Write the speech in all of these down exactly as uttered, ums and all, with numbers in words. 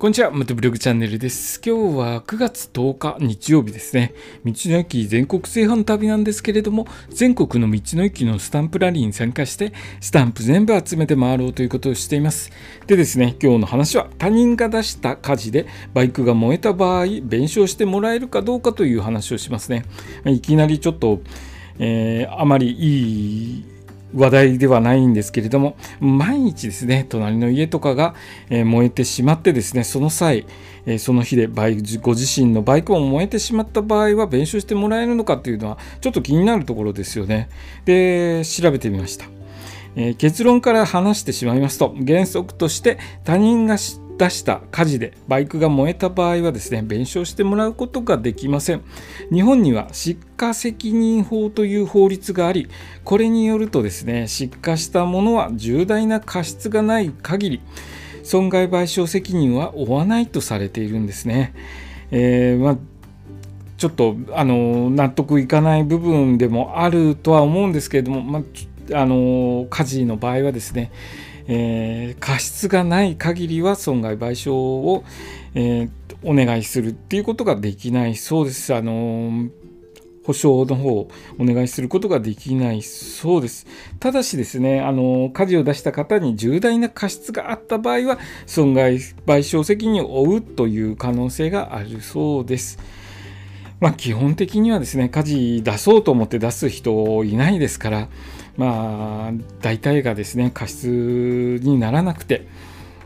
こんにちは、またブログチャンネルです。今日はくがつとおか日曜日ですね。道の駅全国制覇の旅なんですけれども、全国の道の駅のスタンプラリーに参加して、スタンプ全部集めて回ろうということをしています。でですね、今日の話は他人が出した火事でバイクが燃えた場合、弁償してもらえるかどうかという話をしますね。いきなりちょっと、えー、あまりいい話題ではないんですけれども、毎日ですね、隣の家とかが燃えてしまってですね、その際、その日でバイご自身のバイクも燃えてしまった場合は弁償してもらえるのかというのはちょっと気になるところですよね。で、調べてみました。えー、結論から話してしまいますと、原則として他人が出した火事でバイクが燃えた場合はですね、弁償してもらうことができません。日本には失火責任法という法律があり、これによるとですね、失火したものは重大な過失がない限り損害賠償責任は負わないとされているんですね。えーまあちょっとあの納得いかない部分でもあるとは思うんですけれども、まあ、あの火事の場合はですね、えー、過失がない限りは損害賠償を、えー、お願いするっていうことができないそうです。あの保証の方をお願いすることができないそうです。ただしですね、あの火事を出した方に重大な過失があった場合は損害賠償責任を負うという可能性があるそうです。まあ、基本的にはですね、火事出そうと思って出す人いないですから、まあ、大体がですね、過失にならなくて、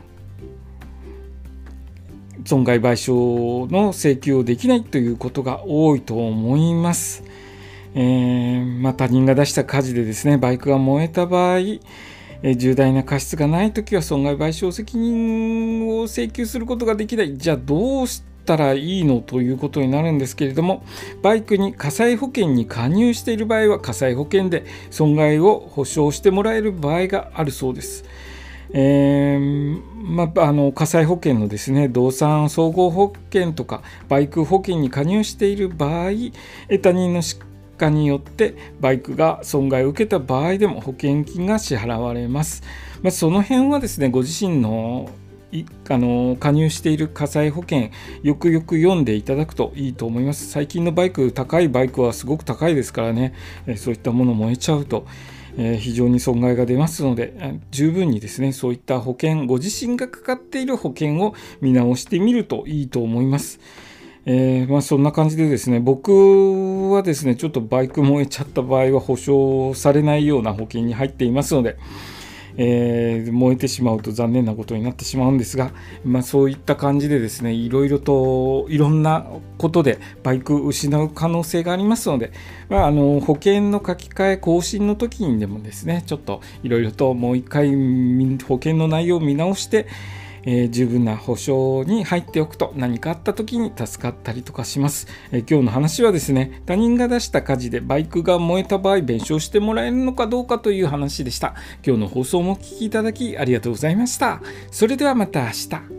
損害賠償の請求をできないということが多いと思います。えーまあ、他人が出した火事でですね、バイクが燃えた場合、え重大な過失がないときは損害賠償責任を請求することができない。じゃあどうしたらいいのということになるんですけれども、バイクに火災保険に加入している場合は火災保険で損害を保証してもらえる場合があるそうです。えーまあ、あの火災保険のですね、動産総合保険とかバイク保険に加入している場合、他人の失火によってバイクが損害を受けた場合でも保険金が支払われます。まあ、その辺はですね、ご自身のあの加入している火災保険よくよく読んでいただくといいと思います。最近のバイク、高いバイクはすごく高いですからね、そういったもの燃えちゃうと非常に損害が出ますので、十分にですね、そういった保険、ご自身がかかっている保険を見直してみるといいと思います。えーまあ、そんな感じでですね、僕はですね、ちょっとバイク燃えちゃった場合は保証されないような保険に入っていますので、えー、燃えてしまうと残念なことになってしまうんですが、まあ、そういった感じでですね、いろいろといろんなことでバイクを失う可能性がありますので、まあ、あの保険の書き換え更新の時にでもですね、ちょっといろいろともう一回保険の内容を見直してえー、十分な保証に入っておくと何かあった時に助かったりとかします。えー、今日の話はですね、他人が出した火事でバイクが燃えた場合弁償してもらえるのかどうかという話でした。今日の放送もお聞きいただきありがとうございました。それではまた明日。